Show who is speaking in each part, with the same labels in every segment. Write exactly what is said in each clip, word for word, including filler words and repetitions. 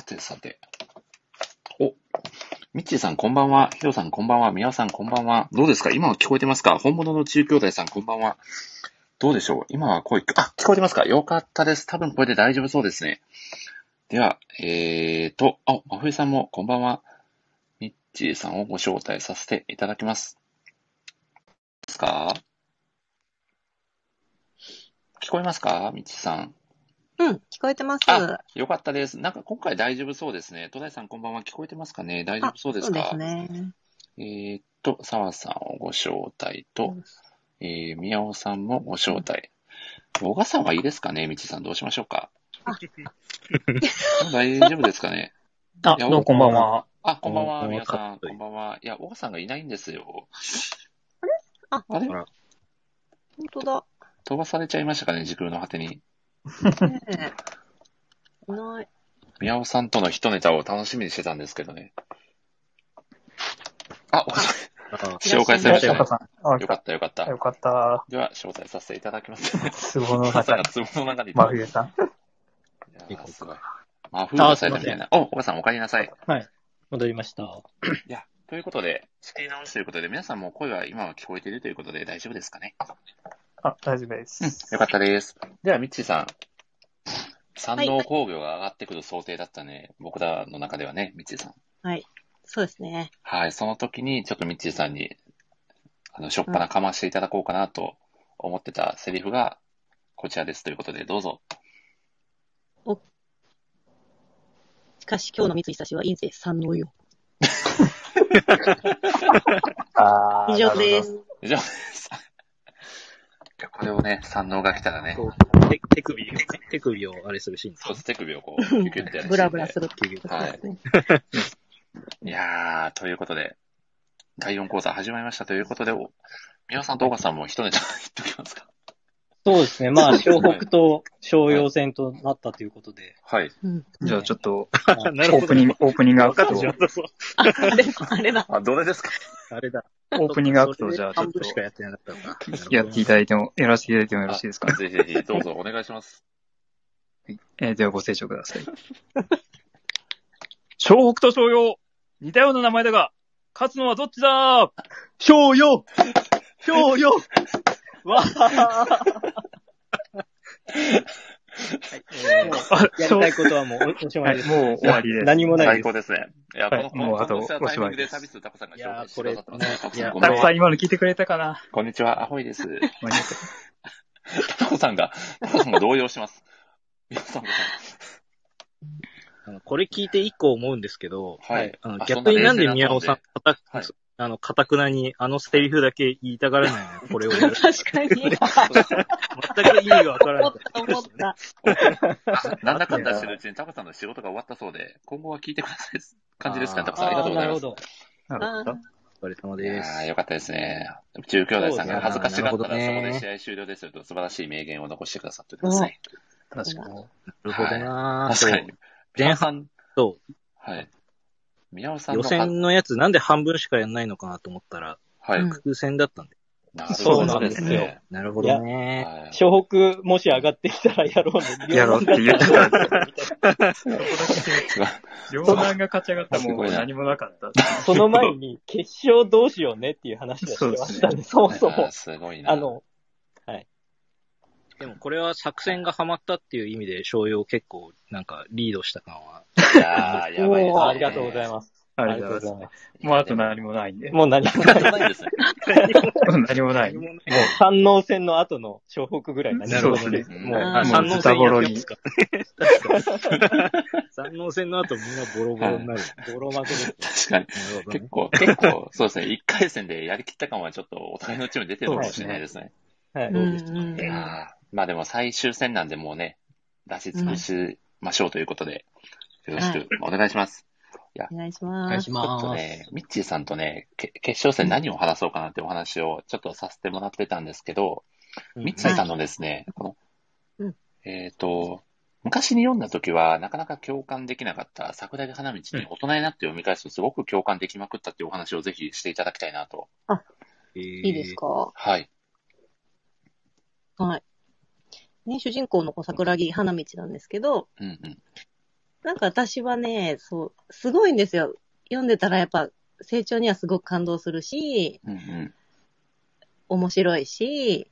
Speaker 1: てさて。お、ミッチーさんこんばんは。ヒロさんこんばんは。ミヤさんこんばんは。どうですか？今は聞こえてますか？本物の中兄弟さんこんばんは。どうでしょう？今は声、あ、聞こえてますか？よかったです。多分これで大丈夫そうですね。では、えーと、あ、真冬さんもこんばんは。ミッチーさんをご招待させていただきます。ですか？聞こえますか？ミッチーさん。
Speaker 2: うん、聞こえてます。
Speaker 1: あ、よかったです。なんか今回大丈夫そうですね。戸田さんこんばんは。聞こえてますかね？大丈夫そうですか？
Speaker 2: そうですね。
Speaker 1: えーっと、澤さんをご招待と、えー、宮尾さんもご招待。小川さんはいいですかね？みちさんどうしましょうか？大丈夫ですかね？
Speaker 3: あ、どうもこんばんは。
Speaker 1: あ、こんばんは。宮尾さん、こんばんは。いや、小川さんがいないんですよ。
Speaker 2: あれあ、
Speaker 1: あれ
Speaker 2: 本当だ。
Speaker 1: 飛ばされちゃいましたかね？時空の果てに。
Speaker 2: ねえ。いない。
Speaker 1: 宮尾さんとの一ネタを楽しみにしてたんですけどね。あ、お紹介されましたね。よかったよかった。
Speaker 3: よかった。
Speaker 1: では、招待させていただきます。
Speaker 3: 壺の中に。
Speaker 1: 壺の中に。
Speaker 3: 真冬さん。
Speaker 1: いや、すごい。真冬がされたみたいな。お、おばさんお帰りなさい。
Speaker 3: はい。戻りました。
Speaker 1: いや、ということで、仕切り直しということで、皆さんも声は今は聞こえているということで大丈夫ですかね？
Speaker 3: あ、大丈夫です。
Speaker 1: うん、よかったです。では、ミッチーさん。山王工業が上がってくる想定だったね。僕らの中ではね、ミッチーさん。
Speaker 2: はい。そうですね。
Speaker 1: はい。その時に、ちょっとミッチーさんに、あの、しょっぱなかましていただこうかなと思ってたセリフが、こちらですということで、どうぞ。
Speaker 2: お。しかし今日の三井久志は陰性山王よ。
Speaker 3: あ
Speaker 2: 以上です。
Speaker 1: 以上です。これをね、山王が来たらね。
Speaker 4: 手, 手首を、手首をあれするシーンです。
Speaker 1: そうです、手首をこう、キュキュってやる。
Speaker 2: ブラブラするっていうことですね。
Speaker 1: はい。いやー、ということで、だいよん講座始まりましたということで、宮尾さんと岡さんも一ネタ言っておきますか？
Speaker 3: そうですね。まあ、湘北と湘陽戦となったということで。
Speaker 1: はい。
Speaker 2: うん、
Speaker 3: じゃあちょっと、オープニング、オープニングアクト。
Speaker 2: あれ、あれだ。
Speaker 1: あ、どれですか？
Speaker 4: あれだ。
Speaker 3: オープニングアクトじゃあちょっと、
Speaker 4: 半分しかやってなかったのか。
Speaker 3: やっていただいても、やらせていただいてもよろしいですか？
Speaker 1: ぜひぜひ、どうぞお願いします。
Speaker 3: はい、えー、ではご清聴ください。湘北と湘陽、似たような名前だが、勝つのはどっちだ？湘陽湘陽わーはい、えー、やりたいことはもうおしまいです。はい、もう終わりです。何もないです。
Speaker 1: 最高ですね。いや、
Speaker 3: はい、
Speaker 1: この、
Speaker 3: もうあと
Speaker 1: おしまいです。タイミングで旅数タコさんが紹介してくださってます。
Speaker 3: いや、タコさん今の聞いてくれたかな？
Speaker 1: こんにちは、アホイです。タコさんが、タコさんが動揺してます。皆さん
Speaker 4: あのこれ聞いて一個思うんですけど、
Speaker 1: はい。
Speaker 4: あの逆になんで宮尾さん、はい、あの、かたくなにあのセリフだけ言いたがらないのこれをやる。
Speaker 2: 確かに。全
Speaker 4: く意味がわからない。
Speaker 2: 思った。
Speaker 1: なんだかんだしてるうちにタコさんの仕事が終わったそうで、今後は聞いてください感じですかね、タコさん。ありがとうございます。
Speaker 3: なるほど。
Speaker 4: お疲れ様です。
Speaker 1: いやー、よかったですね。宇宙兄弟さんが恥ずかしがったらそこで試合終了ですよと素晴らしい名言を残してくださってください。
Speaker 3: 確かに。
Speaker 4: なるほどな、
Speaker 1: はい、確かに。
Speaker 4: 前半、そう。
Speaker 1: はい。宮尾さんの
Speaker 4: 予選のやつなんで半分しかやんないのかなと思ったら、
Speaker 1: はい。
Speaker 4: 空戦だったんで。
Speaker 1: なるほどですね。
Speaker 4: なるほどね。
Speaker 3: 湘北もし上がってきたらやろうね。やろうって言ってたんですよ。両南が勝ち上がったらもう何もなかった。その前に決勝どうしようねっていう話をしてましたね。そもそも。
Speaker 1: すごいな。
Speaker 3: あの、はい。
Speaker 4: でもこれは作戦がハマったっていう意味で、商用結構なんかリードした感は。
Speaker 1: いやー、やばいですね。
Speaker 3: ありがとうございます。ありがとうございます。もうあと何もないんで。もう何も
Speaker 1: ないですね。
Speaker 3: 何もない。もう山王戦の後の湘北ぐらい何もないです。もう
Speaker 4: 山王戦
Speaker 3: ボロに。
Speaker 4: 山王戦の後みんなボロボロになる。ボロ負けです。
Speaker 1: 確かに。結構、結構、そうですね。一回戦でやりきった感はちょっとお互いのチーム出てるかもしれないですね。
Speaker 3: はい。
Speaker 4: そうです
Speaker 1: ね。いやまあでも最終戦なんでもうね、出し尽くしましょうということで、よろしくお願いします。
Speaker 2: いや、お願いします。
Speaker 4: お願いします。
Speaker 1: ちょっとね、ミッチーさんとね、決勝戦何を話そうかなってお話をちょっとさせてもらってたんですけど、うん、ミッチーさんのですね、はい、この、うん、えっと、昔に読んだ時はなかなか共感できなかった桜木花道に大人になって読み返すとすごく共感できまくったっていうお話をぜひしていただきたいなと。
Speaker 2: あ、えー、いいですか？
Speaker 1: はい。
Speaker 2: はい。ね、主人公の桜木花道なんですけど、
Speaker 1: うんうん、
Speaker 2: なんか私はね、そう、すごいんですよ。読んでたらやっぱ成長にはすごく感動するし、
Speaker 1: うんうん、
Speaker 2: 面白いし、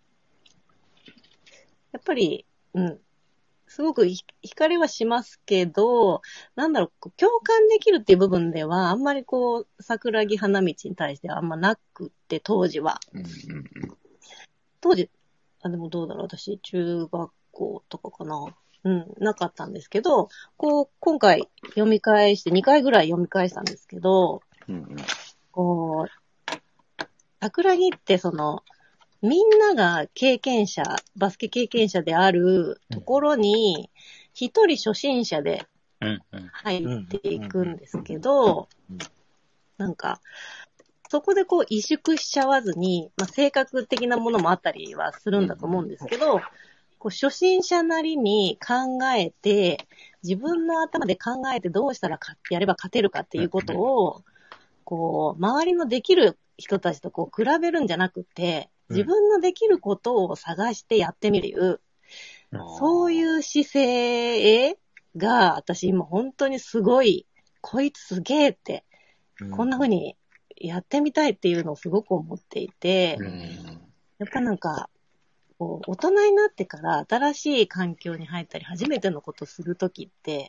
Speaker 2: やっぱり、うん、すごく惹かれはしますけど、なんだろう、共感できるっていう部分では、あんまりこう、桜木花道に対してはあんまなくって、当時は。
Speaker 1: うんうんうん、
Speaker 2: 当時、あ、でもどうだろう、私、中学校とかかな。うん、なかったんですけど、こう、今回読み返して、にかいぐらい読み返したんですけど、
Speaker 1: うんうん、
Speaker 2: こう、桜木ってその、みんなが経験者、バスケ経験者であるところに、一人初心者で入っていくんですけど、なんか、そこでこう萎縮しちゃわずに、まあ、性格的なものもあったりはするんだと思うんですけど、こう初心者なりに考えて、自分の頭で考えてどうしたらやれば勝てるかっていうことを、こう、周りのできる人たちとこう比べるんじゃなくて、自分のできることを探してやってみる、うん、そういう姿勢が、私今本当にすごい、こいつすげーって、うん、こんな風にやってみたいっていうのをすごく思っていて、うん、やっぱなんか、こう大人になってから新しい環境に入ったり、初めてのことをするときって、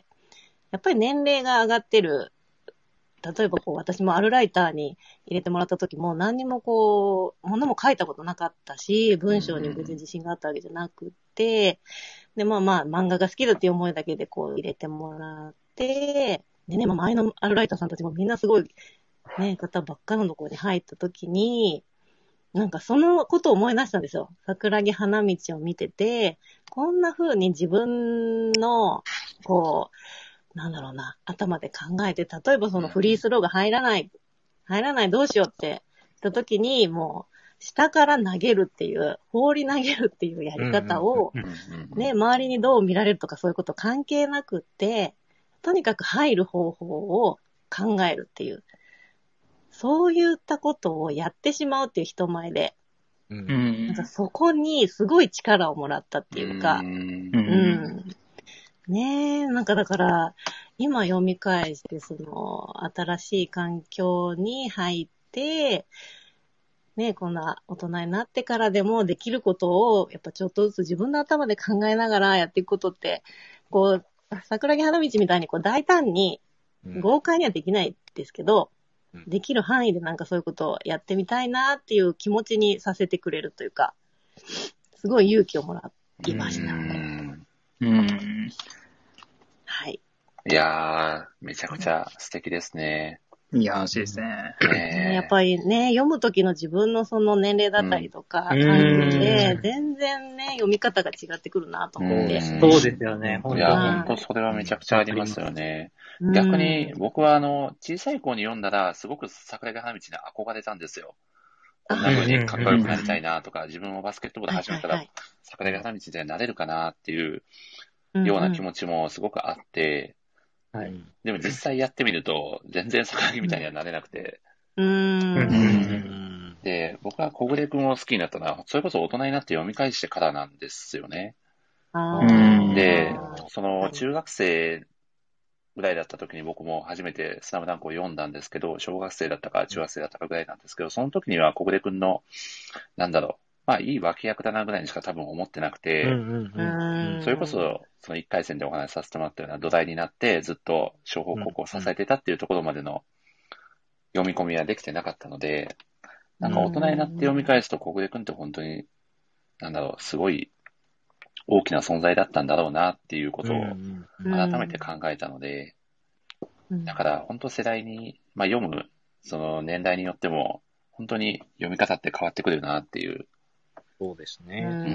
Speaker 2: やっぱり年齢が上がってる。例えばこう私もアルライターに入れてもらった時も何にもこう、ものも書いたことなかったし、文章に別に自信があったわけじゃなくて、で、まあまあ漫画が好きだっていう思いだけでこう入れてもらって、でね、まあ前のアルライターさんたちもみんなすごいね、方ばっかのところに入った時に、なんかそのことを思い出したんですよ。桜木花道を見てて、こんな風に自分の、こう、なんだろうな、頭で考えて、例えばそのフリースローが入らない、入らないどうしようって言った時に、もう、下から投げるっていう、放り投げるっていうやり方を、ね、周りにどう見られるとかそういうこと関係なくって、とにかく入る方法を考えるっていう、そういったことをやってしまうっていう人前で、うん、なんかそこにすごい力をもらったっていうか、うんうんねえ、なんかだから、今読み返して、その、新しい環境に入って、ねえ、こんな大人になってからでもできることを、やっぱちょっとずつ自分の頭で考えながらやっていくことって、こう、桜木花道みたいにこう大胆に、豪快にはできないですけど、うん、できる範囲でなんかそういうことをやってみたいなっていう気持ちにさせてくれるというか、すごい勇気をもらいました。うんうん、はい。
Speaker 1: いやー、めちゃくちゃ素敵ですね。
Speaker 3: いやー、欲しいですね。
Speaker 2: ねやっぱりね、読むときの自分のその年齢だったりとか、環境で、全然ね、読み方が違ってくるなと思って。
Speaker 3: そうですよね。
Speaker 1: いや、本当それはめちゃくちゃありますよね。逆に、僕はあの、小さい子に読んだら、すごく桜木花道に憧れたんですよ。こんな風にかっこよくなりたいなとか、自分もバスケットボール始めたら、桜木花道でなれるかなっていうような気持ちもすごくあって、はい、でも実際やってみると、全然桜木みたいにはなれなくて、うん、で、僕は小暮くんを好きになったのは、それこそ大人になって読み返してからなんですよね。で、その中学生ぐらいだった時に僕も初めてスラムダンクを読んだんですけど、小学生だったか中学生だったかぐらいなんですけど、その時には小暮くんの、なんだろう、まあいい脇役だなぐらいにしか多分思ってなくて、それこそそのいっかい戦でお話しさせてもらったような土台になってずっと湘北高校を支えてたっていうところまでの読み込みはできてなかったので、なんか大人になって読み返すと小暮くんって本当に、なんだろう、すごい大きな存在だったんだろうなっていうことを改めて考えたので、だから本当世代に、まあ、読むその年代によっても本当に読み方って変わってくるなっていう。
Speaker 3: そうですね。
Speaker 1: うん。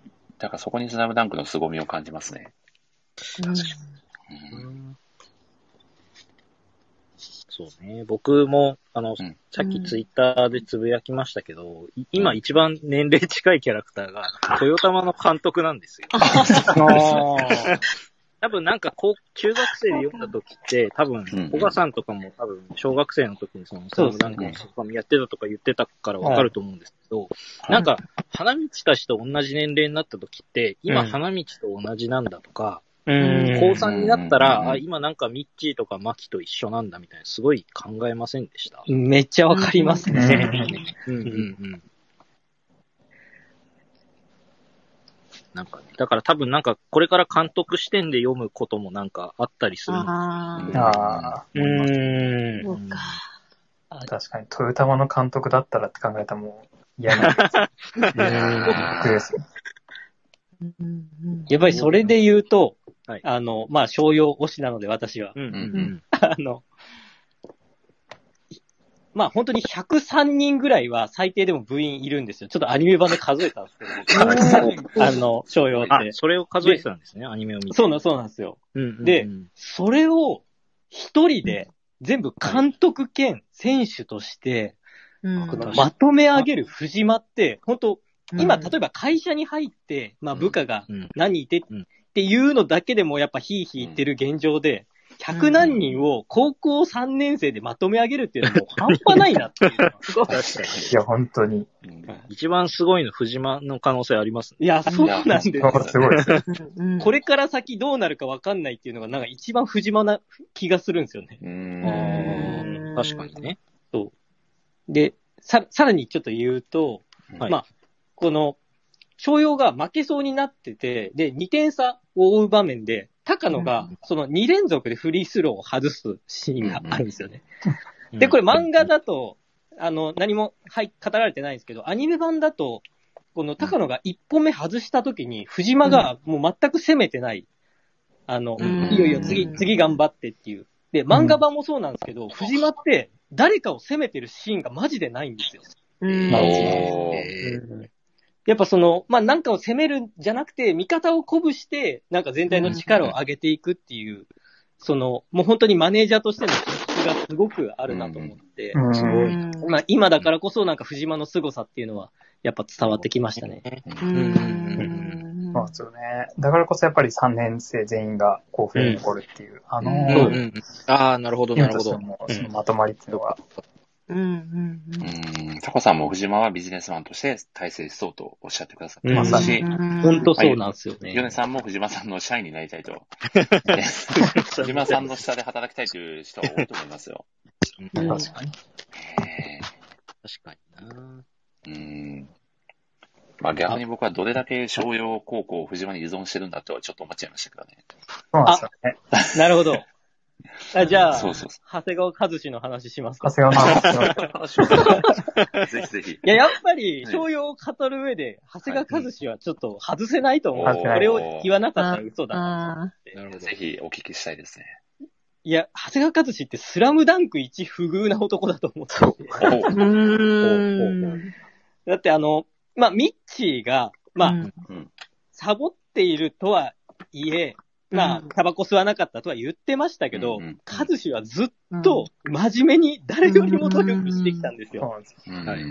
Speaker 1: だからそこにスラムダンクの凄みを感じますね。
Speaker 3: 確かに。うん、そうね。僕も、あの、うん、さっきツイッターでつぶやきましたけど、うん、今一番年齢近いキャラクターが、トヨタマの監督なんですよ。多分なんかこう、中学生で読んだ時って、多分、小川さんとかも多分、小学生の時にその、スラムダンクのそこやってたとか言ってたからわかると思うんですけど、はい、なんか、花道たちと同じ年齢になった時って、今、花道と同じなんだとか、
Speaker 4: うん。高さんになったら、あ、今なんかミッチーとかマキと一緒なんだみたいな、すごい考えませんでした。
Speaker 3: めっちゃわかりますね。
Speaker 4: うんうんうん。なんかね、だから多分なんかこれから監督視点で読むこともなんかあったりするのかな。
Speaker 3: ああ。うーん。
Speaker 2: そうか。
Speaker 3: 確かに、トヨタマの監督だったらって考えたらもう嫌な僕ですよ。やっぱりそれで言うと、はい、あの、まあ、商用推しなので私は。うんうんうん、あの、まあ本当にひゃくさんにんぐらいは最低でも部員いるんですよ。ちょっとアニメ版で数えたんですけど、あの、商用って。
Speaker 4: あ、それを数えてたんですね、アニメを見て。
Speaker 3: そうな、そうなんですよ。うんうんうん、で、それを一人で全部監督兼選手として、うん、まとめ上げる藤間って、本当今、例えば会社に入って、まあ部下が何人いてっていうのだけでもやっぱヒーヒー言ってる現状で、ひゃくなんにんを高校さんねん生でまとめ上げるっていうのはもう半端ないなっていうのは。すごい。確かに。いや、本当に。
Speaker 4: 一番すごいの藤間の可能性ありますね。
Speaker 3: いや、そうなんですよ。すごいです。これから先どうなるかわかんないっていうのがなんか一番藤間な気がするんですよね。
Speaker 4: うーん。確かにね。
Speaker 3: そう。で、さ、さらにちょっと言うと、はい、まあ、この、商用が負けそうになってて、で、にてん差を追う場面で、高野が、そのに連続でフリースローを外すシーンがあるんですよね。で、これ漫画だと、あの、何も、はい、語られてないんですけど、アニメ版だと、この高野がいっぽんめ外した時に、藤間がもう全く攻めてない。あの、いよいよ次、次頑張ってっていう。で、漫画版もそうなんですけど、藤間って誰かを攻めてるシーンがマジでないんですよ。うん。やっぱその、まあ、なんかを攻めるんじゃなくて、味方を鼓舞して、なんか全体の力を上げていくっていう、その、もう本当にマネージャーとしての気質がすごくあるなと思って、うん、すごい。まあ、今だからこそなんか藤間の凄さっていうのは、やっぱ伝わってきましたね。うん。そうですよね。だからこそやっぱりさんねん生全員が甲府に残るっていう、うん、あのー、
Speaker 4: うんうん、ああ、なるほど、なるほど。
Speaker 3: そのまとまりっていうのが、
Speaker 2: うんうんうん。
Speaker 1: タコさんも藤間はビジネスマンとして大成しそうとおっしゃってくださってますし、
Speaker 3: 本当そうなんですよね。
Speaker 1: ヨネさんも藤間さんの社員になりたいと。藤間さんの下で働きたいという人は多いと思いますよ。
Speaker 3: 確かに。
Speaker 4: 確かにな。
Speaker 1: うん。まあ逆に僕はどれだけ商用高校を藤間に依存してるんだとはちょっと思っちゃいましたけどね。
Speaker 3: そうなんですよね。なるほど。あじゃあ、
Speaker 1: そうそうそう
Speaker 3: 長谷川和志の話しますか。
Speaker 1: 長谷川の話ぜひぜひ。
Speaker 3: いや、やっぱり、商用を語る上で、長谷川和志はちょっと外せないと思う。はい、これを言わなかったら嘘だな。
Speaker 1: なるほど。ぜひお聞きしたいですね。
Speaker 3: いや、長谷川和志ってスラムダンク一不遇な男だと思ってて。だってあの、まあ、ミッチーが、まあ、うん、サボっているとはいえ、まあ、タバコ吸わなかったとは言ってましたけど、うんうん、カズシはずっと真面目に誰よりも努力してきたんですよ。うんはい、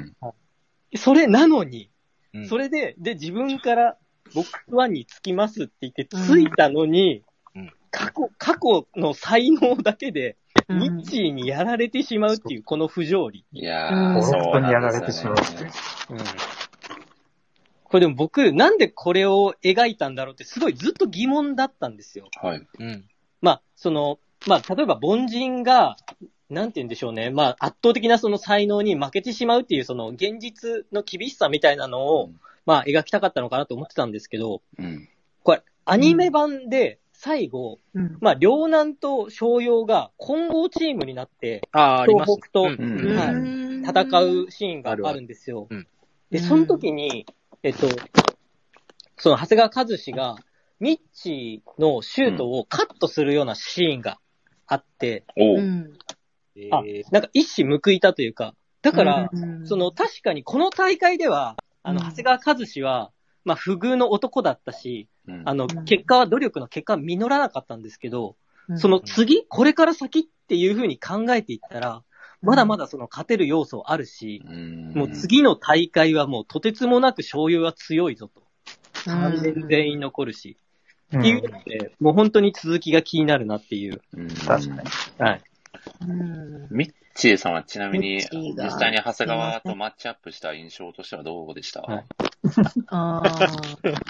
Speaker 3: それなのに、うん、それで、で、自分からボックスワンにつきますって言ってついたのに、うん、過去、過去の才能だけで、ミッチーにやられてしまうっていう、この不条理。
Speaker 1: いやー、
Speaker 3: そう本当にやられてしまう。うんこれでも僕、なんでこれを描いたんだろうってすごいずっと疑問だったんですよ。
Speaker 1: はい。
Speaker 3: うん。まあ、その、まあ、例えば凡人が、なんて言うんでしょうね。まあ、圧倒的なその才能に負けてしまうっていう、その現実の厳しさみたいなのを、うん、まあ、描きたかったのかなと思ってたんですけど、うん、これ、アニメ版で最後、うん、まあ、両南と商用が混合チームになって、
Speaker 4: あ
Speaker 3: 東北と、
Speaker 4: うんうん
Speaker 3: はい、戦うシーンがあるんですよ。うん、で、その時に、えっと、その長谷川和志が、ミッチーのシュートをカットするようなシーンがあって、うん、あ、なんか一矢報いたというか、だから、うん、その確かにこの大会では、あの、長谷川和志は、まあ、不遇の男だったし、うん、あの、結果は努力の結果は実らなかったんですけど、うん、その次、これから先っていう風に考えていったら、まだまだその勝てる要素あるし、うん、もう次の大会はもうとてつもなく醤油は強いぞと。さんねん全員残るし。うん、っていうので、もう本当に続きが気になるなっていう。
Speaker 1: うん、
Speaker 3: 確かに。はい。
Speaker 1: ミッチーさんはちなみに、実際に長谷川とマッチアップした印象としてはどうでした？はい、
Speaker 2: ああ。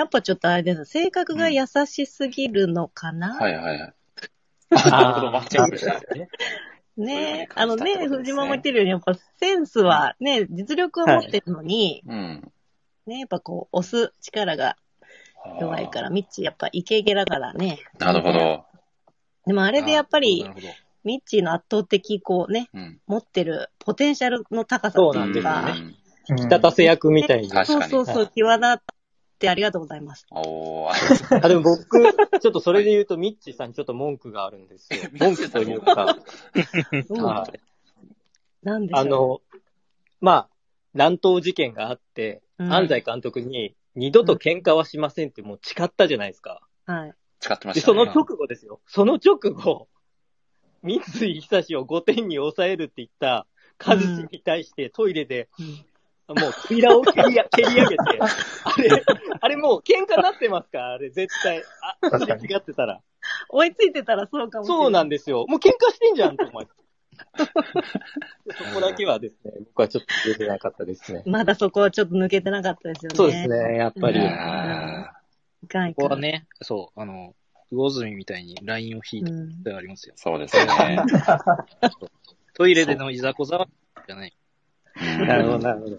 Speaker 2: やっぱちょっとあれです。性格が優しすぎるのかな、
Speaker 1: うん、はいはいはい。あ、なるほど、マッチアップしたね。
Speaker 2: ねえ、あのね、藤間も言ってるように、やっぱセンスはね、実力は持ってるのに、はい、うん、ね、やっぱこう、押す力が弱いから、ミッチーやっぱイケゲラからね。
Speaker 1: なるほど。
Speaker 2: でもあれでやっぱり、ミッチーの圧倒的こうね、うん、持ってるポテンシャルの高さっていうか、
Speaker 3: 引き立たせ役みたいに。
Speaker 2: そうそうそう、際立ってありがとうございます。
Speaker 1: お
Speaker 3: ー。あ、でも僕、ちょっとそれで言うと、ミッチーさんにちょっと文句があるんですよ。文句というか。
Speaker 2: はい。なんでしょう。
Speaker 3: あの、まあ、乱闘事件があって、うん、安西監督に、二度と喧嘩はしませんってもう誓ったじゃないですか。
Speaker 2: うん、はい。
Speaker 1: 誓ってましたね。
Speaker 3: で、その直後ですよ。その直後、三井久志をごてんに抑えるって言ったカズシに対してトイレで、うん、もう扉を蹴り蹴り上げて、あれ、あれもう喧嘩になってますかあれ絶対。あ、すれ違ってたら。
Speaker 2: 追いついてたらそうかもしれない。
Speaker 3: そうなんですよ。もう喧嘩してんじゃんって思って。そこだけはですね、僕はちょっと出てなかったですね。
Speaker 2: まだそこはちょっと抜けてなかったですよね。
Speaker 3: そうですね、やっぱり。うん、
Speaker 4: ここはね、そう、あの、魚住みたいにラインを引いてありますよ。
Speaker 1: うん、そうですね。
Speaker 4: トイレでのいざこざはじゃない。
Speaker 3: なるほど、なるほど。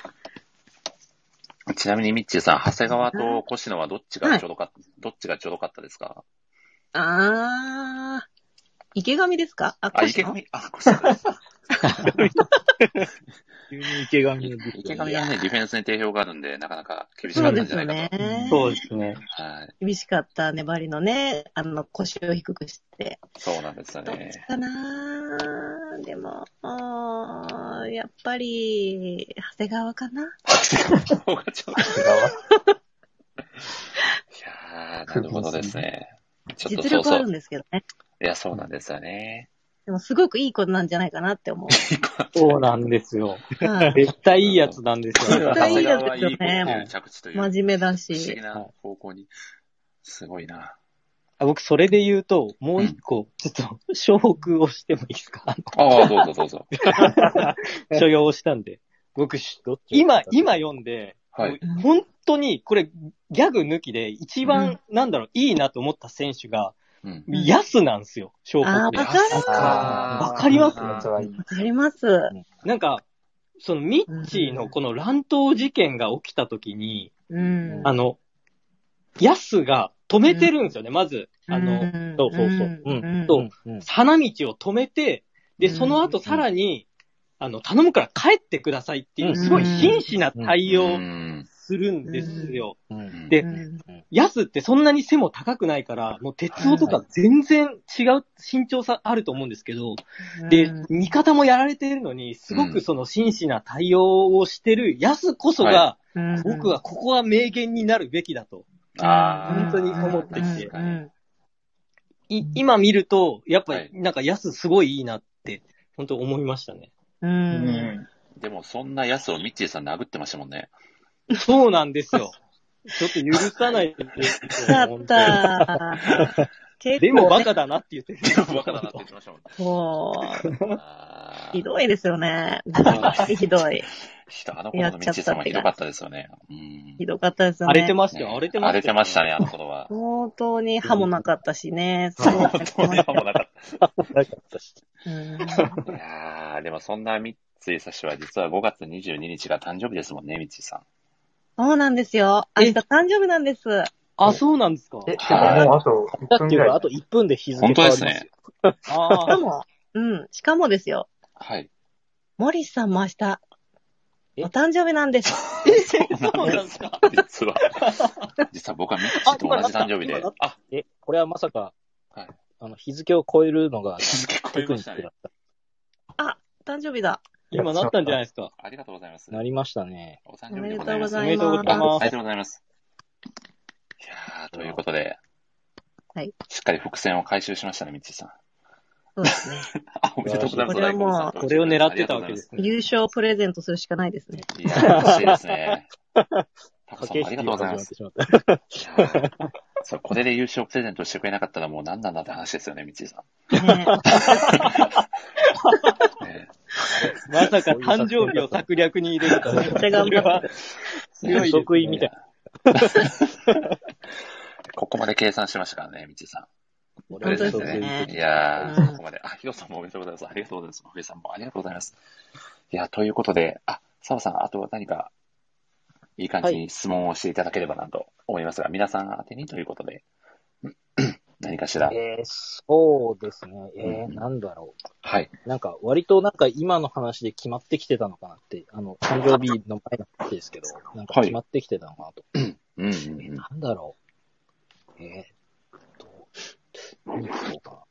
Speaker 1: ちなみにミッチーさん、長谷川と越野はどっちがちょうどか、はい、どっちがちょうどかったですか？
Speaker 2: あー、池上ですか？あ、
Speaker 1: あ、池上、あ、越野です。
Speaker 4: 急に池上の
Speaker 1: 池上はね、ディフェンスに定評があるんで、なかなか厳しかったんじゃないかと。
Speaker 3: そうですね。
Speaker 1: はい。
Speaker 2: 厳しかった粘りのね、あの、腰を低くして。
Speaker 1: そうなんですよね。
Speaker 2: どっちかなぁ。でも、あやっぱり、長谷川かな。
Speaker 1: 長谷川の方がちょっと。いやー、なるほどですね。
Speaker 2: ちょっと実力あるんですけどね。
Speaker 1: いや、そうなんですよね。
Speaker 2: でもすごくいい子なんじゃないかなって思う。
Speaker 3: そうなんですよ。はい、絶対いいやつなんですよ。
Speaker 2: 絶対いいやつですよね。
Speaker 1: 着地という
Speaker 2: 真面目だし。
Speaker 1: 不思議な方向に。すごいな。
Speaker 3: あ、僕、それで言うと、もう一個、ちょっと、承服をしてもいいですか？
Speaker 1: ああ、どうぞどうぞ。
Speaker 3: 所要したんで。僕、今、今読んで、はい、本当に、これ、ギャグ抜きで、一番、うん、なんだろう、いいなと思った選手が、うん、ヤスなんですよ、昇格で。
Speaker 2: わかる
Speaker 3: わかります
Speaker 2: わかります。
Speaker 3: なんか、そのミッチーのこの乱闘事件が起きた時に、うん、あの、ヤスが止めてるんですよね、うん、まず。あの、うん、そうそうそう。うん。と、うん、花道を止めて、で、その後さらに、うん、あの、頼むから帰ってくださいっていう、すごい真摯な対応をするんですよ。うん、で、ヤスってそんなに背も高くないから、もう鉄夫とか全然違う身長差あると思うんですけど、で、味方もやられてるのに、すごくその真摯な対応をしてるヤスこそが、はい、僕はここは名言になるべきだと、本当に思ってきて、い今見ると、やっぱりなんかヤスすごいいいなって、本当思いましたね。
Speaker 2: うん。
Speaker 1: でもそんなヤスをミッチーさん殴ってましたもんね。
Speaker 3: そうなんですよ。ちょっと許さないで。
Speaker 2: だった。
Speaker 3: でもバカだなって言ってる。
Speaker 1: でもバカだなって言ってましたもんね。
Speaker 2: そう。ひどいですよね。ひどい。
Speaker 1: あの頃のミッチーさんはひどかったですよね。
Speaker 2: うん、ひどかったですよね。
Speaker 3: 荒れてましたよ。荒れてました。
Speaker 1: 荒れてましたね、あの頃は。
Speaker 2: 本当に歯もなかったしね。
Speaker 1: 本当に歯もなかった。
Speaker 3: 歯もなかったし。
Speaker 1: いやー、でもそんなミッチーさしは実はごがつにじゅうににちが誕生日ですもんね、ミッチーさん。
Speaker 2: そうなんですよ。明日誕生日なんです。
Speaker 3: あ、そうなんですか。
Speaker 4: え、もうあといっぷんぐらい。あといっぷんで日付変わります。
Speaker 1: 本当ですね。
Speaker 2: ああ。しかも、うん、しかもですよ。
Speaker 1: はい。
Speaker 2: モリスさんも明日、お誕生日なんです。
Speaker 3: え、そうなんですか。
Speaker 1: 実は。実は僕はミッチーと同じ誕生日で。
Speaker 4: あ、え、これはまさか、はい。あの、日付を超えるのが、
Speaker 1: 日付超えましたね。
Speaker 2: あ、誕生日だ。
Speaker 3: 今なったんじゃないですか。
Speaker 1: ありがとうございます。
Speaker 4: なりましたね。
Speaker 1: お誕生日でございます。
Speaker 2: おめでとうございます。
Speaker 3: おめでとうございます。
Speaker 1: ありがとうございます。いやー、ということで、
Speaker 2: はい。
Speaker 1: しっかり伏線を回収しましたね、ミッチーさん。
Speaker 2: そうですね。
Speaker 1: あ、おめでとうございます。
Speaker 2: これはも
Speaker 3: う、これを狙ってたわけですね。
Speaker 2: 優勝プレゼントするしかないですね。
Speaker 1: いやー、欲しいですね。タコさんもありがとうございます。いやそう、これで優勝プレゼントしてくれなかったらもう何なんだって話ですよね、ミッチーさん。ね
Speaker 3: ねまさか誕生日を策略に入れるとは。
Speaker 2: めっちゃ頑張って。
Speaker 3: 強い。
Speaker 4: 得意みたい
Speaker 1: ここまで計算しましたからね、みちさん。
Speaker 2: 本当ですね。
Speaker 1: いやー、
Speaker 2: うん、
Speaker 1: ここまで。あ、ひろさんもおめでとうございます。ありがとうございます。ふえさんもありがとうございます。いや、ということで、あ、澤さん、あとは何か、いい感じに質問をしていただければなと思いますが、はい、皆さん宛てにということで、何かしら。
Speaker 4: えー、そうですね。えー、うん、なんだろう。
Speaker 1: はい。
Speaker 4: なんか、割となんか今の話で決まってきてたのかなって、あの、誕生日の前なんですけど、なんか決まってきてたのかなと。はい、うんうんうん、えー、なんだろう。えー、っと、何聞こうかな。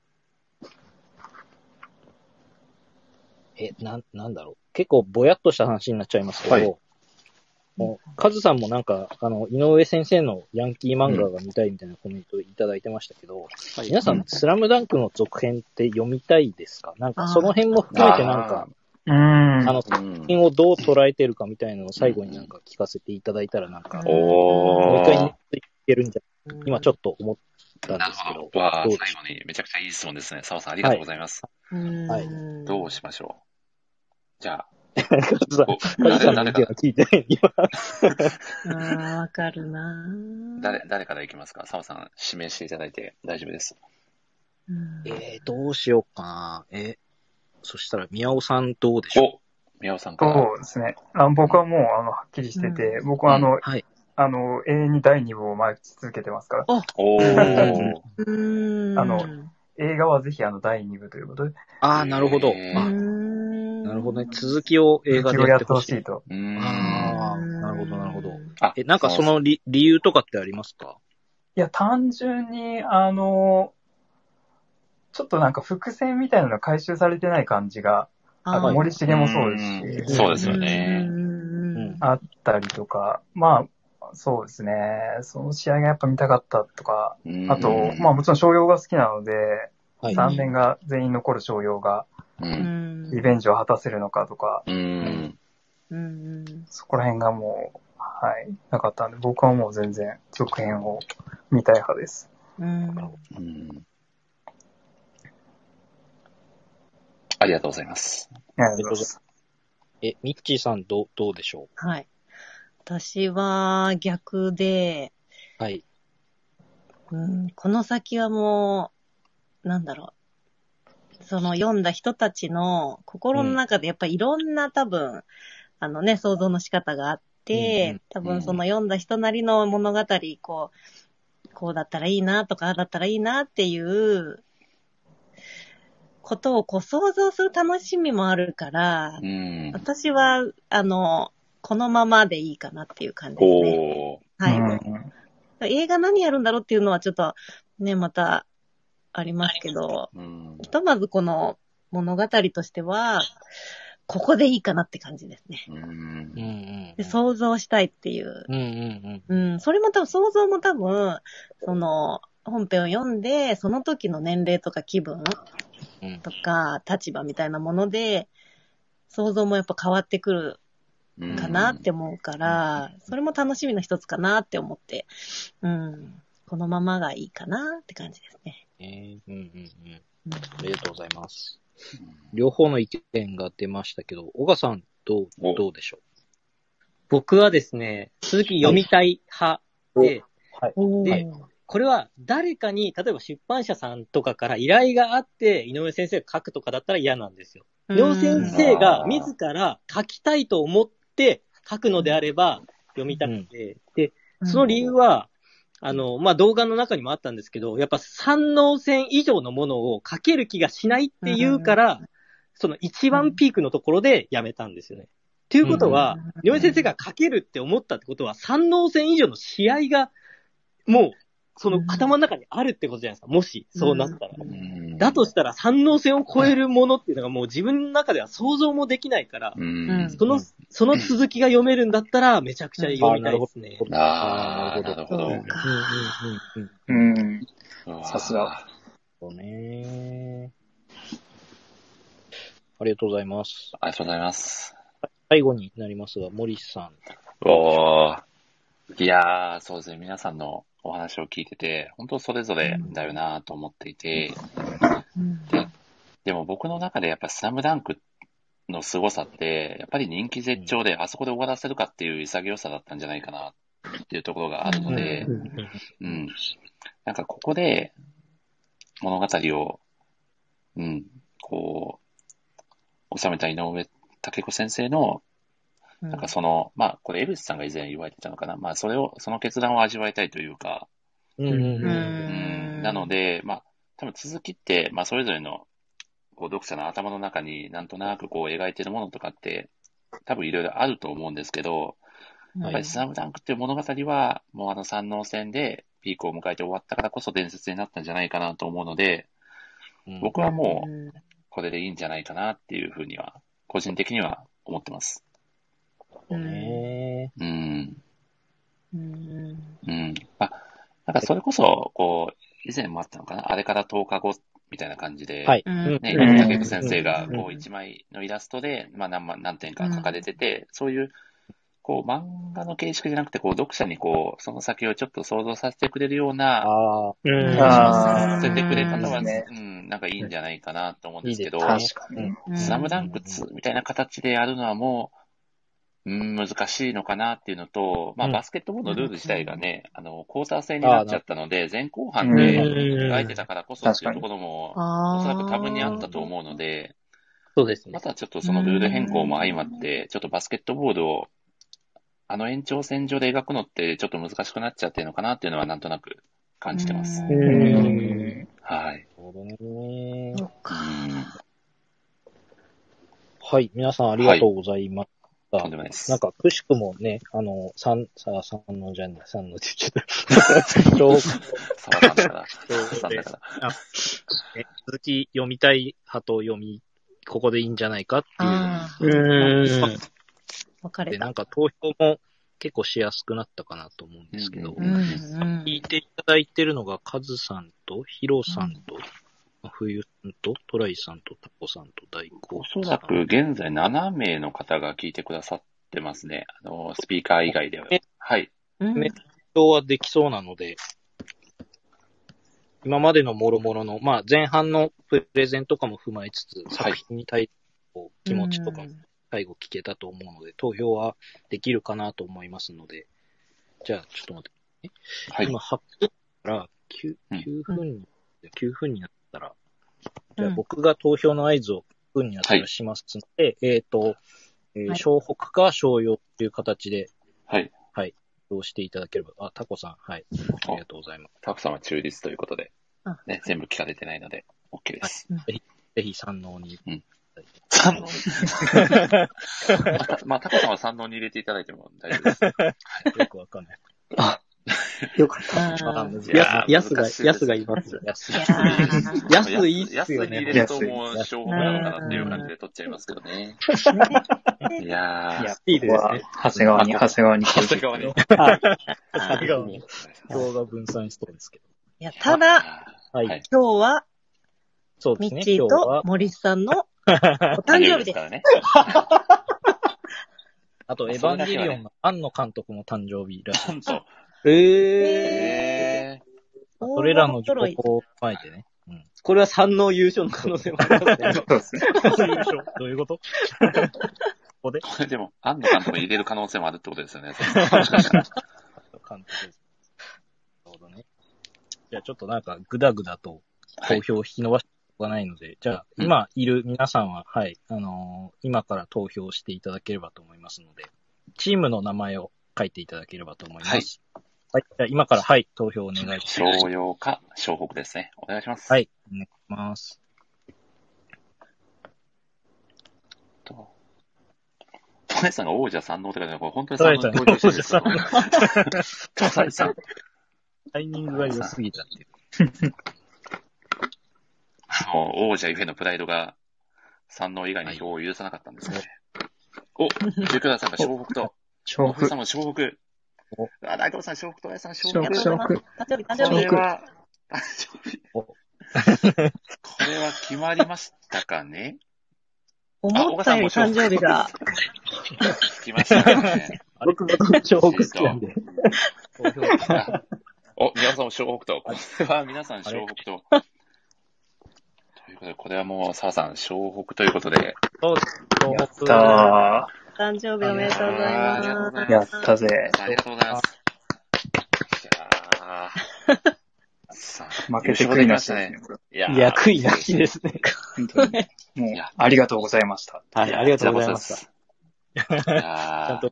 Speaker 4: え、なん、なんだろう。結構ぼやっとした話になっちゃいますけど、はい、もうカズさんもなんか、あの、井上先生のヤンキー漫画が見たいみたいなコメントいただいてましたけど、うん、皆さん、スラムダンクの続編って読みたいですか？なんか、その辺も含めてなんか、あ, あの、作品をどう捉えてるかみたいなのを最後になんか聞かせていただいたらなんか、もう一回にいけるんじゃないか、今ちょっと思ったんですけど。
Speaker 1: なるほど。わあ、最後にめちゃくちゃいい質問ですね。澤さん、ありがとうございます。
Speaker 4: はい。はい、
Speaker 1: どうしましょう。じゃあ、
Speaker 4: カズさん、カズさんの意見は聞いてない、今。
Speaker 2: ああ、わかるな
Speaker 1: 誰、誰からいきますか？澤さん、指名していただいて大丈夫です。
Speaker 4: うん、えー、どうしようかな。えー、そしたら、宮尾さんどうでしょう？お、
Speaker 1: 宮尾さんから。
Speaker 5: そうですね。あ僕はもう、あの、はっきりしてて、うん、僕はあの、うん、はい。あの、永遠にだいに部を待ち続けてますから。
Speaker 2: あ、
Speaker 1: おー。
Speaker 5: あの、映画はぜひあの、だいに部ということで。
Speaker 4: ああ、なるほど。あ、なるほどね。続きを映画でやってほしい。
Speaker 5: 続きをやってほしいと。
Speaker 4: ああ、なるほど、なるほど。え、なんかその理理由とかってありますか？
Speaker 5: いや、単純に、あの、ちょっとなんか伏線みたいなのが回収されてない感じが、あの森重もそうですし。
Speaker 1: そうですよね。
Speaker 5: あったりとか、まあ、そうですね。その試合がやっぱ見たかったとか、あと、まあもちろん商用が好きなので、はい、さんねんが全員残る商用が、うん、リベンジを果たせるのかとか、
Speaker 1: うん
Speaker 2: うん、
Speaker 5: そこら辺がもう、はい、なかったんで、僕はもう全然続編を見たい派です。
Speaker 2: うん
Speaker 1: うん、ありがとうございます。
Speaker 5: ありがとうございます。
Speaker 4: え、ミッチーさんどう、どうでしょう？
Speaker 2: はい。私は逆で、
Speaker 4: はい。
Speaker 2: うん、この先はもう、なんだろう。その読んだ人たちの心の中でやっぱりいろんな多分、あのね、想像の仕方があって、うん、多分その読んだ人なりの物語、こう、こうだったらいいなとか、ああだったらいいなっていうことをこう想像する楽しみもあるから、
Speaker 1: うん、
Speaker 2: 私は、あの、このままでいいかなっていう感じですね。はい、うん。映画何やるんだろうっていうのはちょっとね、またありますけど、
Speaker 1: うん、
Speaker 2: ひとまずこの物語としては、ここでいいかなって感じですね。
Speaker 1: うん
Speaker 2: で想像したいっていう。
Speaker 4: うんうん
Speaker 2: うん、それも多分、想像も多分、その、本編を読んで、その時の年齢とか気分とか立場みたいなもので、想像もやっぱ変わってくるかなって思うから、うん、それも楽しみの一つかなって思って、うん、このままがいいかなって感じですね。
Speaker 4: えー、うんうんうん。ありがとうございます。両方の意見が出ましたけど、小川さんどう、どうでしょう？
Speaker 3: 僕はですね、続き読みたい派で、
Speaker 4: はい
Speaker 3: で、はい、これは誰かに、例えば出版社さんとかから依頼があって、井上先生が書くとかだったら嫌なんですよ。井上先生が自ら書きたいと思って書くのであれば読みたくて、うん、で、その理由は、あの、まあ、動画の中にもあったんですけど、やっぱ三能線以上のものを書ける気がしないっていうから、その一番ピークのところでやめたんですよね。ということは、井上先生が書けるって思ったってことは、三能線以上の試合が、もう、その頭の中にあるってことじゃないですか。もし、そうなったら。だとしたら、三能線を超えるものっていうのがもう自分の中では想像もできないから、その、その続きが読めるんだったら、めちゃくちゃ読みたいですね。
Speaker 1: ああ、なるほど。
Speaker 5: うん。さすが。
Speaker 4: そうね。ありがとうございます。
Speaker 1: ありがとうございます。
Speaker 4: 最後になりますが、森さん。
Speaker 1: おー。いやー、そうですね。皆さんのお話を聞いてて、本当それぞれだよなと思っていて、うん、で、でも僕の中でやっぱスラムダンクの凄さって、やっぱり人気絶頂であそこで終わらせるかっていう潔さだったんじゃないかなっっていうところがあるので、うん。うん、なんかここで物語を、うん、こう、収めた井上武子先生の、なんかその、まあ、これ、江口さんが以前言われてたのかな。まあ、それを、その決断を味わいたいというか、
Speaker 4: うんうんうん
Speaker 1: うん、なので、まあ、多分続きって、まあ、それぞれの、こう、読者の頭の中になんとなくこう、描いてるものとかって、多分いろいろあると思うんですけど、やっぱりスラムダンクっていう物語は、もうあの三能戦でピークを迎えて終わったからこそ伝説になったんじゃないかなと思うので、うん、僕はもう、これでいいんじゃないかなっていうふうには、個人的には思ってます。
Speaker 4: うん。
Speaker 1: うん。うん。まあ、なんかそれこそ、こう、以前もあったのかな、あれからとおかごみたいな感じで、はい。ね、竹子先生が、こう、一枚のイラストで、まあ何、何点か書かれてて、うん、そういう、こう、漫画の形式じゃなくて、こう、読者にこう、その先をちょっと想像させてくれるような、ああ、うん。させてくれ方は、ね、うん、なんかいいんじゃないかなと思うんですけど、
Speaker 5: 確かに。
Speaker 1: スラムダンクツーみたいな形でやるのはもう、うん、難しいのかなっていうのと、まあ、バスケットボールのルール自体がね、あの、クォーター制になっちゃったので、前後半で描いてたからこそっていうところも、おそらく多分にあったと思うので、
Speaker 4: そうですね。
Speaker 1: またちょっとそのルール変更も相まって、ちょっとバスケットボールを、あの延長線上で描くのってちょっと難しくなっちゃってるのかなっていうのはなんとなく感じてます。はい。
Speaker 4: なるほどね。はい。皆さんありがとうございます。はい、とんでもないです。なんか、くしくもね、あの、三、さあ、三のじゃない、三のって言っちゃった。そう。
Speaker 1: 沢さんだから。沢さんだから。
Speaker 4: あ、え、続き読みたい派と読み、ここでいいんじゃないかっていう。
Speaker 2: うん。分かれた。
Speaker 4: で、なんか投票も結構しやすくなったかなと思うんですけど、うんうん、聞いていただいてるのが、カズさんと、ヒロさんと、うん、冬さんと、トライさんと、タコさんと、大光さん。
Speaker 1: おそらく現在ななめいの方が聞いてくださってますね。あの、スピーカー以外では。はい。
Speaker 4: メットはできそうなので、今までの諸々の、まあ前半のプレゼンとかも踏まえつつ、作品に対する気持ちとかも最後聞けたと思うので、投票はできるかなと思いますので、じゃあちょっと待って、ね。はい。今はっぷんからきゅう、きゅうふんに、うん、きゅうふんになったら、じゃあ僕が投票の合図をきゅうふんになったらしますので、はい、えっ、ー、と、えー、湘北か湘陽っていう形で、
Speaker 1: はい。
Speaker 4: はい。どうしていただければ。あ、タコさん、はい。ありがとうございます。
Speaker 1: タコさんは中立ということで、ね、全部聞かれてないので、OK です。
Speaker 4: はい、ぜひ、ぜひ三能に。
Speaker 1: うん。三能にまあ、タコさんは三能に入れていただいても大丈夫です。
Speaker 4: よくわかんない。
Speaker 5: あ、よかった。
Speaker 4: や、やすが、やすがいます。やす。やすいいっすよね。
Speaker 1: やすに入れるともう、勝負なのかなっていう感じで取っちゃいますけどね。いやー。いや、
Speaker 5: いいですね。長谷川に、長谷川に。
Speaker 1: 長谷川に。
Speaker 4: 長谷川に。動画分散しそうですけど。
Speaker 2: いや、ただ、はい、今日は、
Speaker 4: そうですね。
Speaker 2: ミッチーと森さんのお誕生日ですからね。
Speaker 4: あと、エヴァンゲリオンの庵野監督も誕生日らしい。
Speaker 1: なんと。
Speaker 4: えー。それらの情報を踏まえてね。うん、これは三能優勝の可能性もありますね。そうですね。どういうことこ
Speaker 1: こでこれでも、庵野監督入れる可能性もあるってことですよね。もしかしたら。
Speaker 4: 監督です。なるほどね。じゃあちょっとなんかグダグダと投票を引き伸ばしておかないので、はい、じゃあ今いる皆さんは、はい、あのー、今から投票していただければと思いますので、チームの名前を書いていただければと思います。はい。はい、じゃあ今から、はい、投票お願いします。
Speaker 1: 湘陽か湘北ですね。お願いします。
Speaker 4: はい、お願いします。
Speaker 1: と、トライさんが王者三能って書いてある。これ本当に三能に投票してるんですか？トライさん。
Speaker 4: タイミングが良すぎたっていう。
Speaker 1: もう王者ゆえのプライドが三能以外に票を許さなかったんですね。はい、お、ジュクダさんが湘北と、
Speaker 5: 湘北。
Speaker 1: さんも湘北。あ、大東さん、湘北と、あやさん、湘
Speaker 5: 北。湘北。
Speaker 2: 誕生日、誕生日。
Speaker 1: これは、誕生日。これは決まりましたかね？
Speaker 2: 思ったより誕生日が。
Speaker 1: 来ましたね。
Speaker 4: 僕も湘北好きなんで。
Speaker 1: お、皆さんも湘北と。これは皆さん湘北と。ということで、これはもう、澤さん、湘北ということで。
Speaker 4: そうです。
Speaker 5: やったー。
Speaker 2: 誕生日おめでとうございます。
Speaker 5: やったぜ。
Speaker 1: ありがとうございます。
Speaker 5: 負けて悔いなしですね。
Speaker 4: いや、いや悔いなしですね。
Speaker 5: 本当に。もう、ありがとうございました。
Speaker 4: はい、ありがとうございました。
Speaker 1: いやちゃんと。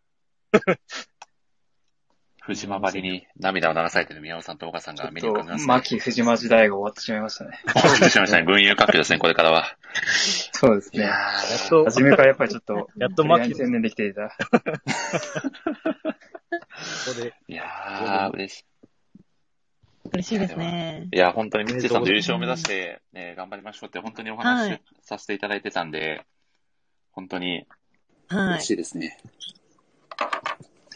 Speaker 1: 藤間ばりに涙を流されてる宮尾さんと岡さんが目に浮かびますね。
Speaker 5: 牧藤間時代が終わってしまいましたね。
Speaker 1: 終わってしまいましたね。群雄割拠ですね、これからは。
Speaker 5: そうですね。やっと、初めからやっぱりちょっと、
Speaker 4: やっと牧
Speaker 5: 専念できていた。こ
Speaker 1: こで。いやー、嬉しい。
Speaker 2: 嬉しいですね。
Speaker 1: いや、本当にミッチーさんと優勝を目指して、ね、頑張りましょうって本当にお話しさせていただいてたんで、はい、本当に嬉しいですね。
Speaker 2: はい、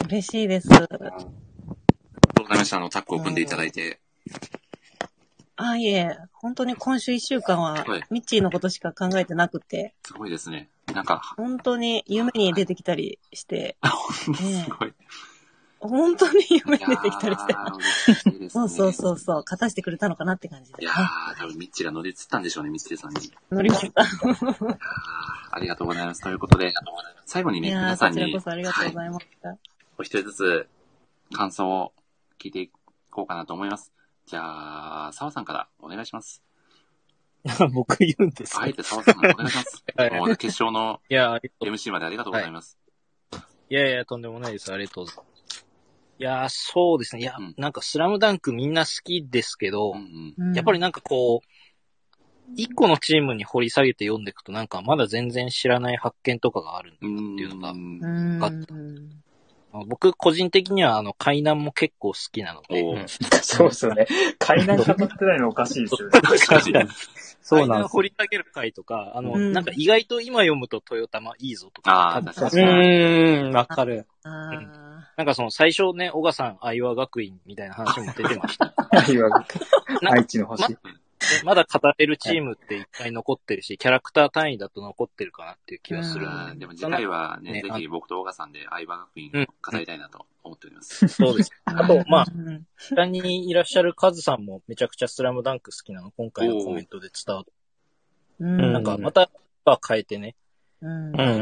Speaker 2: 嬉しいです。
Speaker 1: ありがとうございました。あの、タッグを組んでいただいて。
Speaker 2: あ、いえ、本当に今週一週間は、ミッチーのことしか考えてなくて。
Speaker 1: すごいですね。なんか。
Speaker 2: 本当に夢に出てきたりして。
Speaker 1: ね、すごい。
Speaker 2: 本当に夢に出てきたりして。いね、そうそうそうそう。勝たせてくれたのかなって感じで、
Speaker 1: ね。いやー、多分ミッチーが乗り移ったんでしょうね、ミッチーさんに。
Speaker 2: 乗りました。
Speaker 1: ありがとうございます。ということで、最後にね、皆さんに。
Speaker 2: こちらこそありがとうございました。はい、
Speaker 1: お一人ずつ感想を聞いていこうかなと思います。じゃあ、澤さんからお願いします。
Speaker 4: 僕言うんですか？
Speaker 1: あえて澤さんお願いします。もう決勝の エムシー までありがとうございます。
Speaker 4: いやいや、とんでもないです。ありがとうございます。いやー、そうですね。いや、うん、なんかスラムダンクみんな好きですけど、うんうん、やっぱりなんかこう、一個のチームに掘り下げて読んでいくとなんかまだ全然知らない発見とかがあるんだっていうのがあった。僕個人的にはあの海南も結構好きなので、うん、
Speaker 5: そうですよね。海南語ってないのおかしいですよね。
Speaker 4: 確かに。そうなんです。掘り下げる回とか、あの、うん、なんか意外と今読むとトヨタマいいぞとか。
Speaker 1: ああ、確かに。
Speaker 4: うーん、わかる。なんかその最初ね、小賀さん、愛和学院みたいな話も出てました。
Speaker 5: 愛和学院。愛知の星。
Speaker 4: ままだ語れるチームっていっぱい残ってるし、キャラクター単位だと残ってるかなっていう気がする。
Speaker 1: でも次回はね、ねぜひ僕と小賀さんで愛和学院を語りたいなと思っております。
Speaker 4: うん、そうです。あと、まあ、下にいらっしゃるカズさんもめちゃくちゃスラムダンク好きなの、今回のコメントで伝わる。なんかまた変えてね、うん、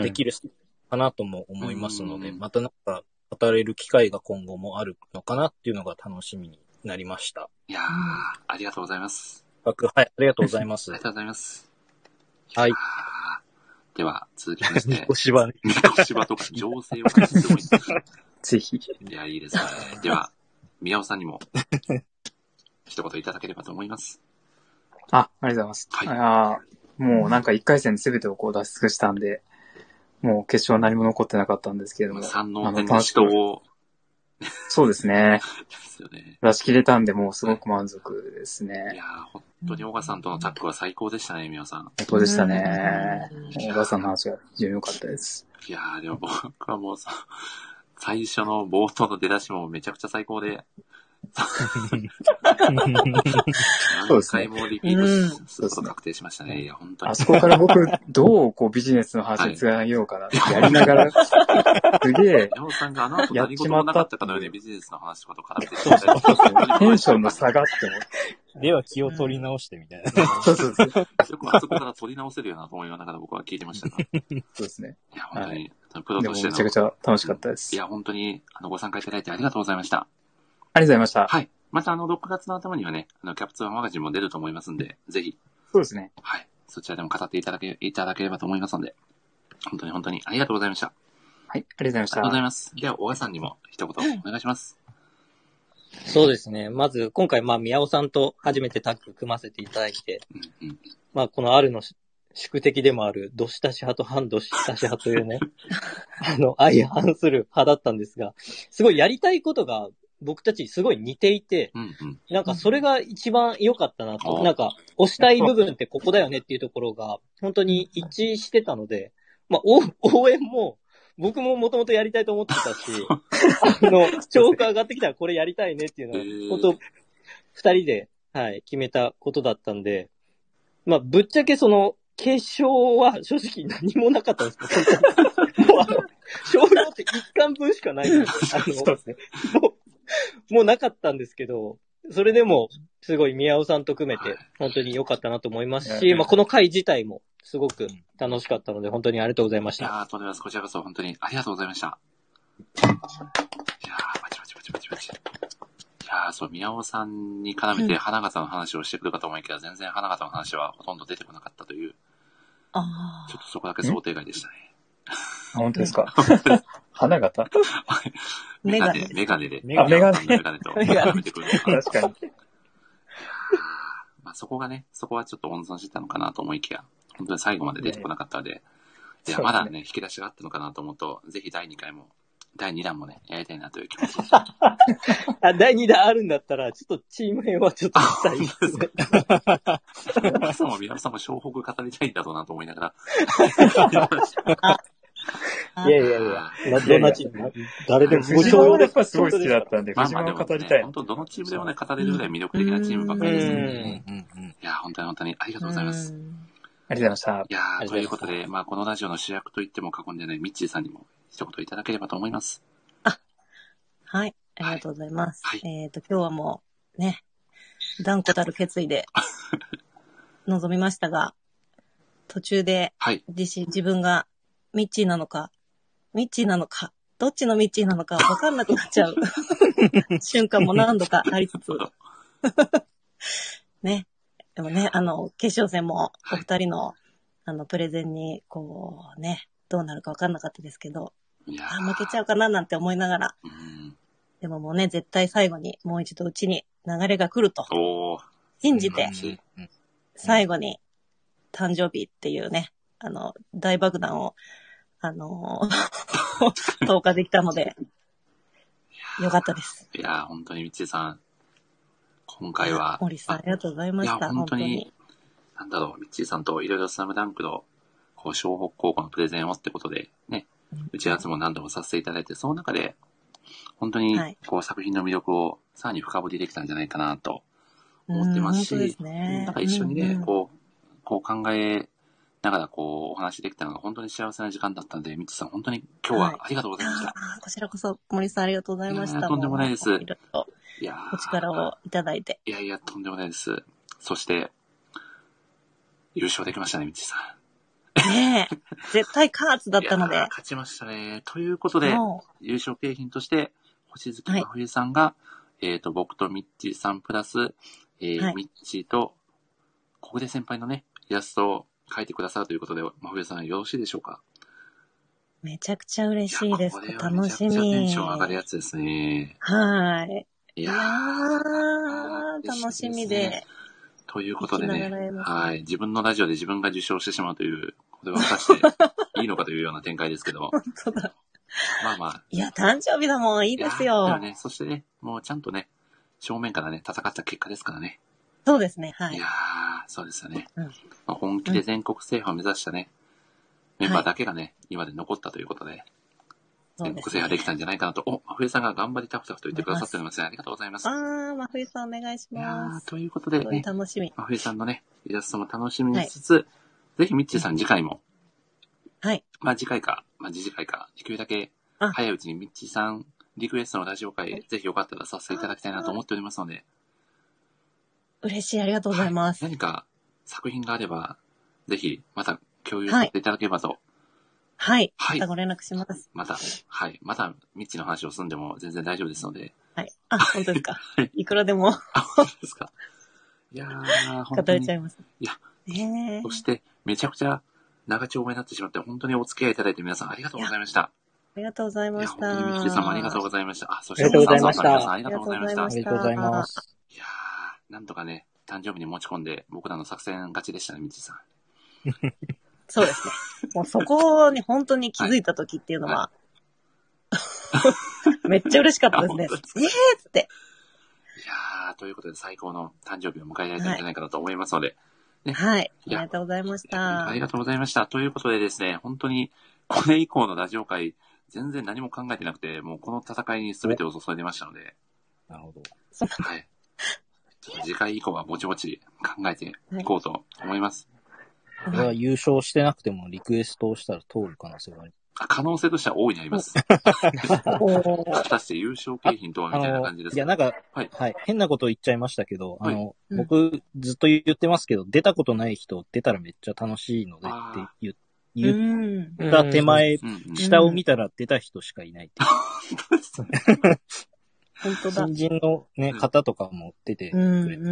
Speaker 4: できるかなとも思いますので、またなんか語れる機会が今後もあるのかなっていうのが楽しみになりました。
Speaker 1: いやー、ありがとうございます。
Speaker 4: はい、ありがとうございます。
Speaker 1: ありがとうございます。
Speaker 4: はい。
Speaker 1: では、続きまして。
Speaker 4: ニコシバね。
Speaker 1: ニコシバとか、情勢を感じてもいいですか？
Speaker 5: ぜひ。
Speaker 1: いや、いいですね。では、宮尾さんにも、一言いただければと思います。
Speaker 5: あ、ありがとうございます。はい。あもうなんか一回戦で全てをこう出し尽くしたんで、もう決勝は何も残ってなかったんですけれども。
Speaker 1: 三能天の人を。
Speaker 5: そうですね。
Speaker 1: ですよね。
Speaker 5: 出し切れたんで、もうすごく満足ですね。
Speaker 1: いやー、本当に小賀さんとのタッグは最高でしたね、宮尾さん。
Speaker 5: 最高でしたね。小賀さんの話が非常に良かったです。
Speaker 1: いやー、でも僕はもうさ、最初の冒頭の出だしもめちゃくちゃ最高で。
Speaker 5: そうですね。
Speaker 1: 何回もリピートすること確定しましたね。いや、本当に。
Speaker 5: あそこから僕、どうこうビジネスの話につなげようかなってやりながら、すげえ。
Speaker 1: 山本さんがあの後何事もなかったかのようにビジネスの話とかと絡めて
Speaker 5: そうそうそう。テンションの差がって思って。
Speaker 4: では気を取り直してみたいな。
Speaker 5: そうそうそう。
Speaker 1: よくあそこから取り直せるようなと思いながら僕は聞いてましたが。
Speaker 5: そうですね。
Speaker 1: いや、本当に、プロとしての。
Speaker 5: めちゃくちゃ楽しかったです。
Speaker 1: いや、本当に、あの、ご参加いただいてありがとうございました。
Speaker 5: ありがとうございました。
Speaker 1: はい。またあの、ろくがつの頭にはね、あの、キャプツアーマガジンも出ると思いますんで、ぜひ。
Speaker 5: そうですね。
Speaker 1: はい。そちらでも語っていただけ、いただければと思いますので、本当に本当にありがとうございました。
Speaker 5: はい。ありがとうございました。
Speaker 1: ありがとうございます。では、小川さんにも一言お願いします。
Speaker 4: そうですね。まず、今回、まあ、宮尾さんと初めてタッグ組ませていただいて、うんうん、まあ、このあるの宿敵でもある、どしたし派と反どしたし派というね、あの、相反する派だったんですが、すごいやりたいことが、僕たちすごい似ていて、うんうん、なんかそれが一番良かったなと、なんか押したい部分ってここだよねっていうところが本当に一致してたので、まあ応援も僕ももともとやりたいと思ってたし、あの、超過上がってきたらこれやりたいねっていうのは、本当二人で、はい、決めたことだったんで、まあぶっちゃけその決勝は正直何もなかったんですよ。もうあの、少量って一巻分しかないんです。あの、そうですね。もうもうなかったんですけど、それでも、すごい宮尾さんと組めて、本当に良かったなと思いますし、まあ、この回自体も、すごく楽しかったので、本当にありがとうございました。
Speaker 1: いやー、とんでもないです。こちらこそ本当にありがとうございました。いやー、バチバチバチバチバチ。いやー、 そう、宮尾さんに絡めて花形の話をしてくるかと思いきや、うん、全然花形の話はほとんど出てこなかったという。
Speaker 2: ああ。
Speaker 1: ちょっとそこだけ想定外でしたね。
Speaker 5: あ、本当ですか。花形
Speaker 1: メガネ、メガネで。
Speaker 5: あ、メガネ。
Speaker 1: メガネと絡めてくるのかな。
Speaker 5: 確かに。
Speaker 1: まあ、そこがね、そこはちょっと温存してたのかなと思いきや、本当に最後まで出てこなかったので、いや、まだね、引き出しがあったのかなと思うと、ぜひだいにかいも、だいにだんもね、やりたいなという気持ちです。
Speaker 3: あ、だいにだんあるんだったら、ちょっとチーム編はちょっとしたいですね。
Speaker 1: 皆さんも皆さんも湘北語りたいんだろうなと思いなが
Speaker 3: ら。いやいやいや、どんなチーム誰でも。
Speaker 5: 藤間はやっぱすごい好きだったんで、藤間を語りたい。
Speaker 1: 本当どのチームでもね、語れるぐらい魅力的なチームばっかりですね。いや、本当に本当にありがとうございます。
Speaker 5: ありがとうございました。
Speaker 1: いやー、ということで、まあ、このラジオの主役と言っても過言でないミッチーさんにも一言いただければと思います。
Speaker 2: あ、はい、ありがとうございます。はい、えっと、今日はもう、ね、断固たる決意で臨みましたが、途中で、自身、自分がミッチーなのか、ミッチーなのか、どっちのミッチーなのか分かんなくなっちゃう瞬間も何度かありつつ、ね。でもね、あの、決勝戦もお二人の、はい、あの、プレゼンに、こうね、どうなるか分かんなかったですけど、あ、負けちゃうかななんて思いながら、うん、でももうね、絶対最後にもう一度うちに流れが来ると、信じて、最後に誕生日っていうね、あの、大爆弾を、あのー、投下できたので、よかったです。
Speaker 1: いやー、本当にみちさん、今回は。
Speaker 2: 森さん、ありがとうございました。
Speaker 1: いや、本当に、本当になんだろう、みちさんといろいろスラムダンクの、こう、湘北高校のプレゼンをってことで、ね、打ち合わせも何度もさせていただいて、その中で、本当に、こう、はい、作品の魅力をさらに深掘りできたんじゃないかなと思ってますし、
Speaker 2: うん、本当ですね、
Speaker 1: なんか一緒にね、うんうん、こう、こう考えながらこうお話できたのが本当に幸せな時間だったので、みちさん本当に今日はありがとうございました。はい、
Speaker 2: こちらこそ森さんありがとうございました。
Speaker 1: とんでもないです。い
Speaker 2: やお力をいただいて。
Speaker 1: いやいや、とんでもないです。そして、優勝できましたね、みちさ
Speaker 2: ん。ねえ、絶対勝つだったので。
Speaker 1: 勝ちましたね。ということで、優勝景品として、星月真冬さんが、はい、えっ、ー、と、僕とミッチーさんプラス、えーはい、ミッチーと、小暮先輩のね、イラストを描いてくださるということで、真冬さんよろしいでしょうか？
Speaker 2: めちゃくちゃ嬉しいです。楽しみ。めちゃくちゃ
Speaker 1: テンション上がるやつですね。
Speaker 2: はい。
Speaker 1: いや
Speaker 2: ー、楽しみで。
Speaker 1: ということでね、はい。自分のラジオで自分が受賞してしまうという、これは果たしていいのかというような展開ですけど。
Speaker 2: 本当だ。
Speaker 1: まあまあ。
Speaker 2: いや、誕生日だもん、いいですよ。
Speaker 1: でもね、そしてね、もうちゃんとね、正面からね、戦った結果ですからね。
Speaker 2: そうですね、はい。
Speaker 1: いやー、そうですよね。うんまあ、本気で全国制覇を目指したね、うん、メンバーだけがね、はい、今で残ったということで、全国制覇できたんじゃないかなと。お、真冬さんが頑張りタフタフと言ってくださっておりますね。ありがとうございます。
Speaker 2: あー、真冬さんお願いします。
Speaker 1: ということで、ね、
Speaker 2: 楽しみ。
Speaker 1: 真冬さんのね、イラストも楽しみにしつつ、はい、ぜひミッチーさん次回も、
Speaker 2: はい。
Speaker 1: まあ次回か、まあ次次回か、できるだけ早いうちにミッチーさんリクエストのラジオ会、はい、ぜひよかったらさせていただきたいなと思っておりますので、
Speaker 2: 嬉しい、ありがとうございます。
Speaker 1: はい、何か作品があれば、ぜひまた共有していただければと。
Speaker 2: はい。はい。またご連絡します。
Speaker 1: また、はい。また、ミッチの話をすんでも全然大丈夫ですので。
Speaker 2: はい。あ、本当ですか。いくらでも。
Speaker 1: あ、本当ですか。いやー、
Speaker 2: 本当に。語れちゃいます。
Speaker 1: いや、
Speaker 2: えー、
Speaker 1: そして、めちゃくちゃ長丁場になってしまって、本当にお付き合いいただいて皆さんありがとうございました。
Speaker 2: ありがとうございました。
Speaker 1: いや、本当にミッチさんもありがとうございました。あ、そして、
Speaker 3: ありがとうございました。
Speaker 1: 皆さんありがとうございました。
Speaker 3: ありがとうございます。
Speaker 1: いやー、なんとかね、誕生日に持ち込んで、僕らの作戦勝ちでしたね、ミッチさん。
Speaker 2: そうですね。もうそこに本当に気づいた時っていうのは、はいはい、めっちゃ嬉しかったですね。えーっつって。
Speaker 1: いやー、ということで最高の誕生日を迎えられたんじゃないかなと思いますので。
Speaker 2: ね、はい。ありがとうございました。
Speaker 1: ありがとうございました。ということでですね、本当にこれ以降のラジオ会、全然何も考えてなくて、もうこの戦いに全てを注いでましたので。
Speaker 3: なるほど。
Speaker 1: はい。次回以降はぼちぼち考えていこうと思います。
Speaker 3: はいこれは優勝してなくてもリクエストをしたら通る可能性がある。
Speaker 1: 可能性としては大いにあります。果たして優勝景品とはみたいな感じですか。
Speaker 3: いや、なんか、はい、はい。変なこと言っちゃいましたけど、はい、あの、うん、僕ずっと言ってますけど、出たことない人出たらめっちゃ楽しいのでって言, 言った手前、下を見たら出た人しかいないっていう。
Speaker 2: 本当だ。
Speaker 4: 新人のね、方とかも出てくれて。うんうん、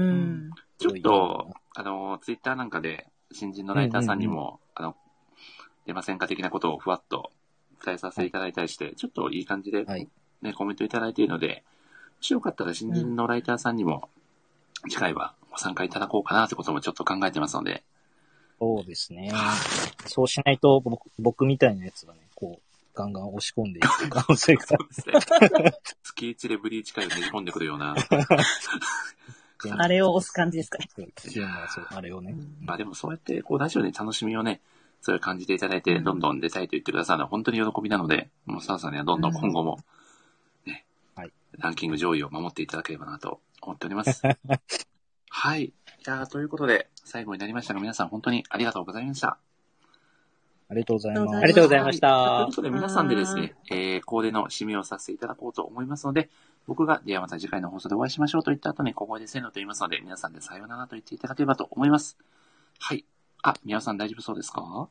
Speaker 1: ちょっと、あの、ツイッターなんかで、新人のライターさんにも、うんうんうん、あの、出ませんか的なことをふわっと伝えさせていただいたりして、はい、ちょっといい感じで、ね、はい、コメントいただいているので、もしよかったら新人のライターさんにも、次回はご参加いただこうかなってこともちょっと考えてますので。
Speaker 4: そうですね。そうしないと僕、僕みたいなやつがね、こう、ガンガン押し込んでいく可能性が。そうですね。
Speaker 1: 月一でブリーチ会をねじ込んでくるような。
Speaker 2: あれを押す感じですかね。
Speaker 4: そう、あれをね。
Speaker 1: まあでもそうやって、こう、ラジオで楽しみをね、それを感じていただいて、どんどん出たいと言ってくださるのは本当に喜びなので、もう澤さんにはどんどん今後も、ね、うん、はい、ランキング上位を守っていただければなと思っております。はい。いやということで、最後になりましたが、皆さん本当にありがとうございました。
Speaker 4: ありがとうございます。
Speaker 3: ありがとうございました。
Speaker 1: はい、ということで、皆さんでですね、えー、コーデの締めをさせていただこうと思いますので、僕が、ではまた次回の放送でお会いしましょうと言った後に、小声でせーのと言いますので、皆さんでさようならと言っていただければと思います。はい。あ、宮尾さん大丈夫そうですか？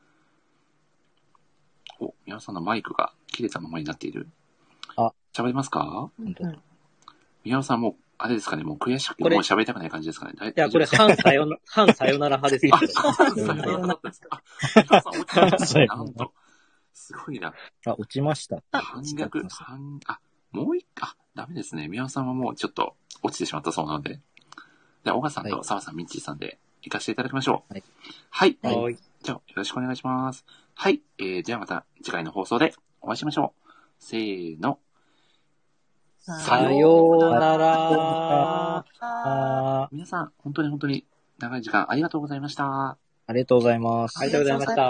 Speaker 1: お、宮尾さんのマイクが切れたままになっている。
Speaker 4: あ、
Speaker 1: 喋りますか？
Speaker 2: 本当。
Speaker 1: 宮尾さんも、あれですかね、もう悔しくてもう喋りたくない感じですかね。
Speaker 3: いや、これ、半さよな、半さよなら派ですよ。
Speaker 1: あ、半さよならだったんですか。あ、宮尾さん落ちましたね。なんと。すごいな。
Speaker 4: あ、落ちました。
Speaker 1: 半逆、半、あ、もう一回、あ、ダメですね。宮尾さんはもうちょっと落ちてしまったそうなので。じゃあ、小川さんと澤さん、ミッチーさんで行かせていただきましょう。はい。はい。はい、じゃあ、よろしくお願いします。はい。えー、じゃあまた次回の放送でお会いしましょう。せーの。
Speaker 3: さようなら。
Speaker 1: 皆さん、本当に本当に長い時間ありがとうございました。
Speaker 4: ありがとうございます。
Speaker 3: ありがとうございました。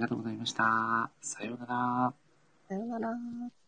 Speaker 1: ありがとうございました。皆さん、ありがとうございました。さようなら。
Speaker 2: さようなら。